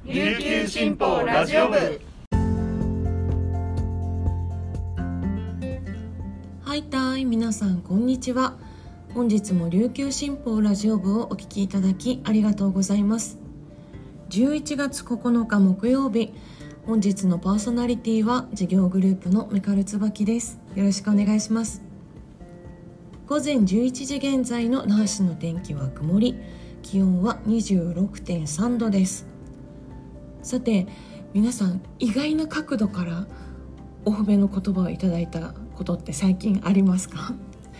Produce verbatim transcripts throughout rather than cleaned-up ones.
琉球新報ラジオ部。 はいたい、皆さんこんにちは。本日も琉球新報ラジオ部をお聞きいただきありがとうございます。じゅういちがつここのか木曜日、本日のパーソナリティは事業グループのメカルツバキです。よろしくお願いします。午前じゅういちじ現在の那覇市の天気は曇り、気温は にじゅうろくてんさんどです。さて皆さん、意外な角度からお褒めの言葉をいただいたことって最近ありますか？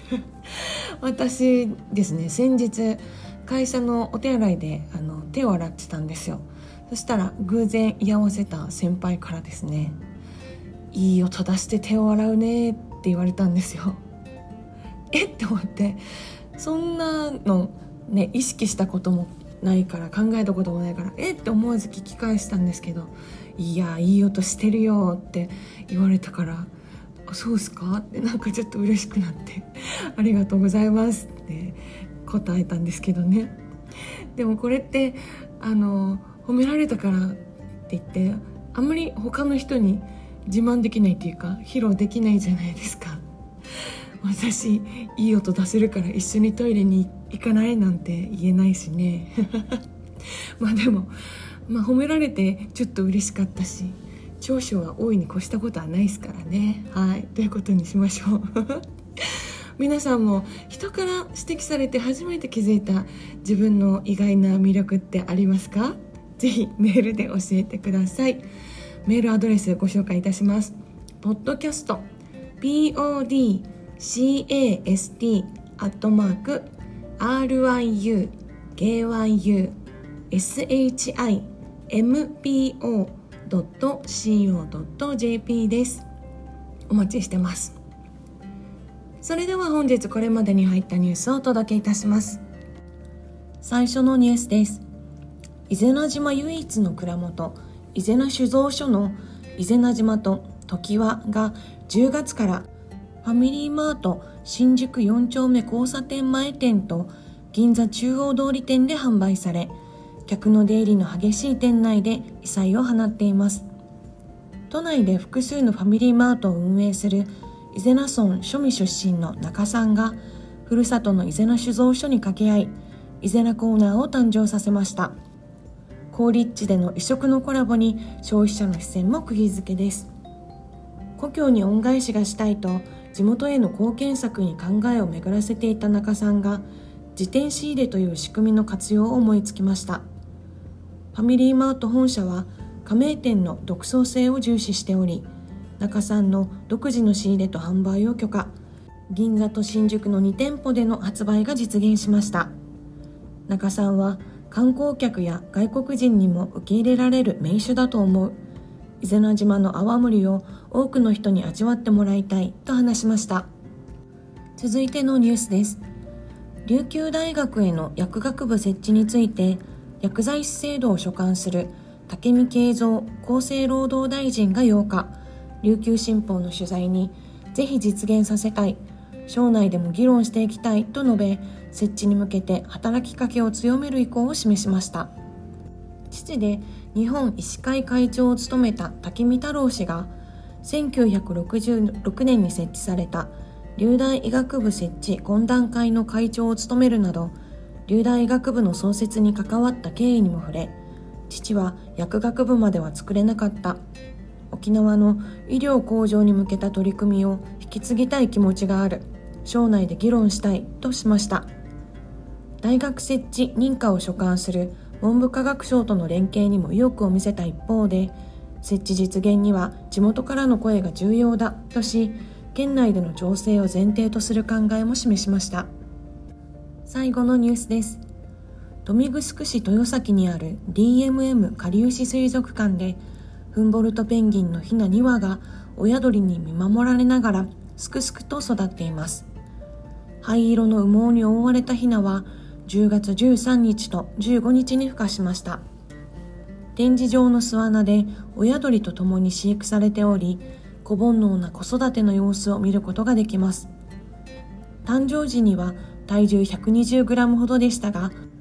私ですね、先日会社のお手洗いであの手を洗ってたんですよ。そしたら偶然居合わせた先輩からですね、いい音出して手を洗うねって言われたんですよ。えって思って、そんなのね意識したこともないから、考えたこともないから、えって思わず聞き返したんですけど、いやいい音してるよって言われたから、あ、そうっすかってなんかちょっと嬉しくなってありがとうございますって答えたんですけどね。でもこれってあの褒められたからって言ってあんまり他の人に自慢できないっていうか、披露できないじゃないですか。私いい音出せるから一緒にトイレに行かないなんて言えないしね。まあでも、まあ、褒められてちょっと嬉しかったし、長所は大いに越したことはないですからね。はい、ということにしましょう。皆さんも人から指摘されて初めて気づいた自分の意外な魅力ってありますか？ぜひメールで教えてください。メールアドレスご紹介いたします。ポッドキャスト ポッドキャスト アットマーク アールアイユーケーワイユーエスエイチアイエムピーオードットシーオードットジェーピー です。お待ちしてます。それでは本日これまでに入ったニュースをお届けいたします。最初のニュースです。伊是名島唯一の蔵元、伊是名酒造所の伊是名島と常盤がじゅうがつからファミリーマート新宿よん丁目交差点前店と銀座中央通り店で販売され、客の出入りの激しい店内で異彩を放っています。都内で複数のファミリーマートを運営する伊是名村庶民出身の中さんが、ふるさとの伊是名酒造所に掛け合い、伊是名コーナーを誕生させました。好立地での異色のコラボに消費者の視線も釘付けです。故郷に恩返しがしたいと地元への貢献策に考えを巡らせていた中さんが、自転仕入れという仕組みの活用を思いつきました。ファミリーマート本社は加盟店の独創性を重視しており、中さんの独自の仕入れと販売を許可、銀座と新宿のに店舗での発売が実現しました。中さんは観光客や外国人にも受け入れられる名酒だと思う。伊是名島の泡盛を多くの人に味わってもらいたいと話しました。続いてのニュースです。琉球大学への薬学部設置について、薬剤師制度を所管する武見敬三厚生労働大臣がようか、琉球新報の取材に、ぜひ実現させたい、省内でも議論していきたいと述べ、設置に向けて働きかけを強める意向を示しました。父で日本医師会会長を務めた武見太郎氏が、せんきゅうひゃくろくじゅうろくねんに設置された琉大医学部設置懇談会の会長を務めるなど、琉大医学部の創設に関わった経緯にも触れ、父は薬学部までは作れなかった、沖縄の医療向上に向けた取り組みを引き継ぎたい気持ちがある、省内で議論したいとしました。大学設置認可を所管する文部科学省との連携にも意欲を見せた一方で、設置実現には地元からの声が重要だとし、県内での情勢を前提とする考えも示しました。最後のニュースです。豊見城市豊崎にある ディーエムエム かりゆし水族館で、フンボルトペンギンのヒナにわが親鳥に見守られながらすくすくと育っています。灰色の羽毛に覆われたヒナはじゅうがつじゅうさんにちとじゅうごにちに孵化しました。展示場の巣穴で親鳥と共に飼育されており、子煩悩な子育ての様子を見ることができます。誕生時には体重 ひゃくにじゅうグラム ほどでしたが、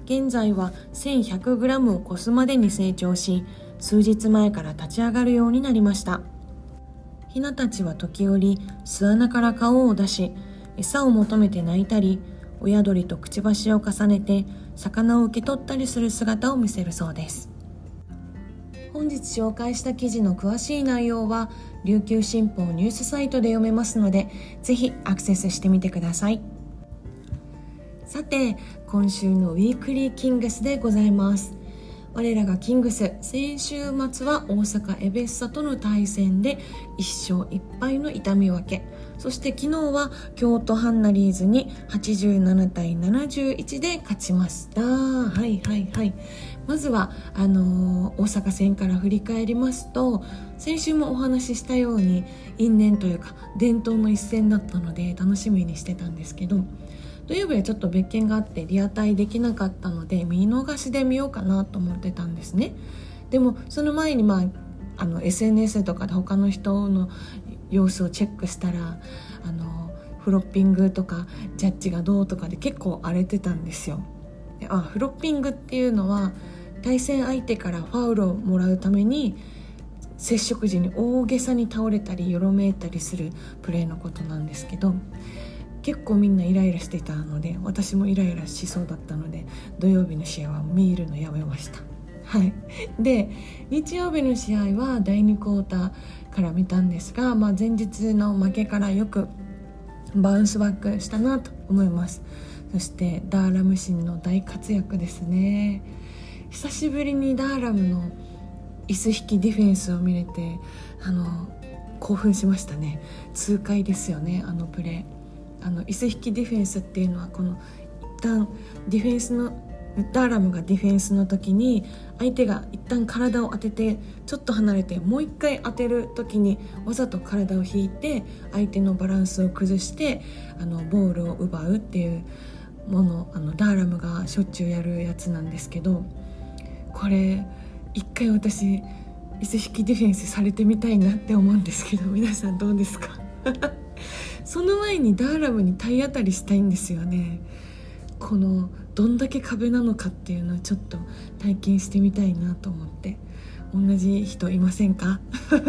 現在は せんひゃくグラム を超すまでに成長し、数日前から立ち上がるようになりました。ヒナたちは時折巣穴から顔を出し、餌を求めて鳴いたり、親鳥とくちばしを重ねて魚を受け取ったりする姿を見せるそうです。本日紹介した記事の詳しい内容は琉球新報ニュースサイトで読めますので、ぜひアクセスしてみてください。さて、今週のウィークリーキングスでございます。我らがキングス、先週末は大阪エベッサとの対戦でいっ勝いっ敗の痛み分け、そして昨日は京都ハンナリーズにはちじゅうななたいななじゅういちで勝ちました。はいはいはい。まずはあのー、大阪戦から振り返りますと、先週もお話ししたように因縁というか伝統の一戦だったので楽しみにしてたんですけど、土曜日はちょっと別件があってリアタイできなかったので見逃しで見ようかなと思ってたんですね。でもその前に、まあ、あの エスエヌエス とかで他の人の様子をチェックしたら、あのフロッピングとかジャッジがどうとかで結構荒れてたんですよ。であフロッピングっていうのは対戦相手からファウルをもらうために接触時に大げさに倒れたりよろめいたりするプレーのことなんですけど、結構みんなイライラしていたので、私もイライラしそうだったので土曜日の試合は見るのやめました。はい、で日曜日の試合はだいにクォーターから見たんですが、まあ、前日の負けからよくバウンスバックしたなと思います。そしてダーラム神の大活躍ですね。久しぶりにダーラムの椅子引きディフェンスを見れてあの興奮しましたね。痛快ですよね、あのプレー。あの椅子引きディフェンスっていうのは、この一旦ディフェンスのダーラムがディフェンスの時に相手が一旦体を当ててちょっと離れてもう一回当てる時にわざと体を引いて相手のバランスを崩してあのボールを奪うっていうもの、あのダーラムがしょっちゅうやるやつなんですけど、これ一回私椅子引きディフェンスされてみたいなって思うんですけど、皆さんどうですか？その前にダーラムに体当たりしたいんですよね。このどんだけ壁なのかっていうのをちょっと体験してみたいなと思って。同じ人いませんか？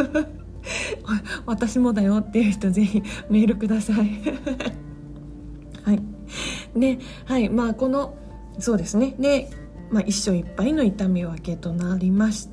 私もだよっていう人ぜひメールください。はいで、はいまあこのそうですねで、まあ、いっ勝いっ敗の痛み分けとなりまして、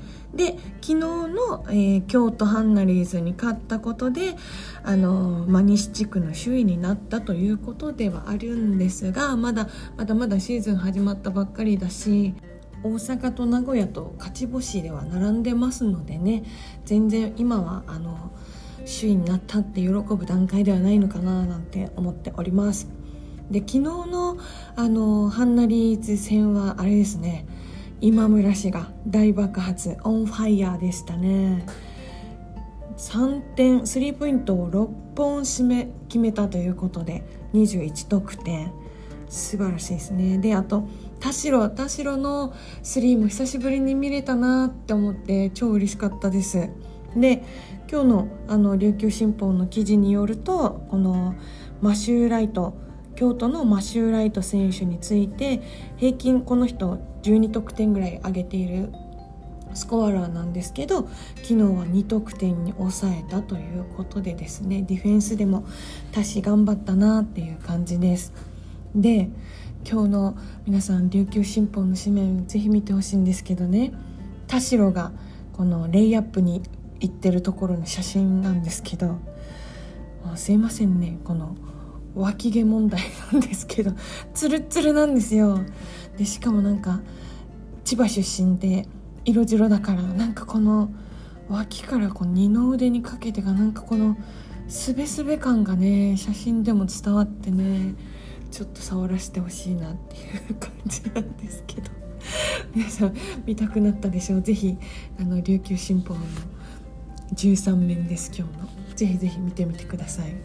で昨日の、えー、京都ハンナリーズに勝ったことであの、まあ、西地区の首位になったということではあるんですが、まだまだまだシーズン始まったばっかりだし、大阪と名古屋と勝ち星では並んでますのでね、全然今はあの首位になったって喜ぶ段階ではないのかななんて思っております。で昨日のあのハンナリーズ戦はあれですね、今村氏が大爆発オンファイヤーでしたね。さんてんスリーポイントをろっぽん締め決めたということでにじゅういちとくてん、素晴らしいですね。であと田代田代のスリーも久しぶりに見れたなって思って超嬉しかったです。で今日のあの琉球新報の記事によると、このマシューライト京都のマシューライト選手について、平均この人じゅうにとくてんぐらい上げているスコアラーなんですけど、昨日はにとくてんに抑えたということでですね、ディフェンスでもタシ頑張ったなっていう感じです。で今日の皆さん琉球新報の紙面ぜひ見てほしいんですけどね、田代がこのレイアップに行ってるところの写真なんですけど、すいませんね、この脇毛問題なんですけどツルッツルなんですよ。でしかもなんか千葉出身で色白だから、なんかこの脇からこう二の腕にかけてがなんかこのスベスベ感がね写真でも伝わってね、ちょっと触らせてほしいなっていう感じなんですけど皆さん見たくなったでしょう。ぜひあの琉球新報のじゅうさんめんです今日の、ぜひぜひ見てみてください。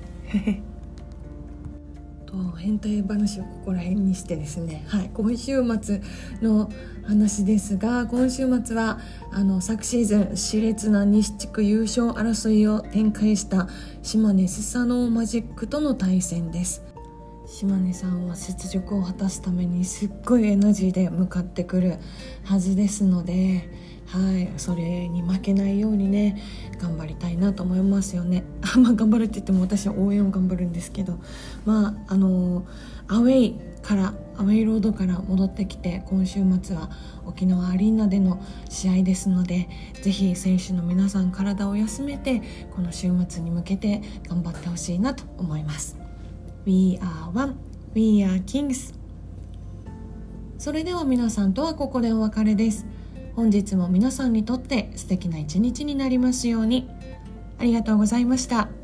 変態話をここら辺にしてですね、はい、今週末の話ですが、今週末はあの昨シーズン熾烈な西地区優勝争いを展開した島根スサノーマジックとの対戦です。 島根さんは雪辱を果たすためにすっごいエナジーで向かってくるはずですので、はい、それに負けないようにね頑張りたいなと思いますよね。まあ頑張るって言っても私は応援を頑張るんですけど、まああのアウェイからアウェイロードから戻ってきて、今週末は沖縄アリーナでの試合ですので、ぜひ選手の皆さん体を休めてこの週末に向けて頑張ってほしいなと思います。 We are one, We are Kings。 それでは皆さんとはここでお別れです。本日も皆さんにとって素敵な一日になりますように。ありがとうございました。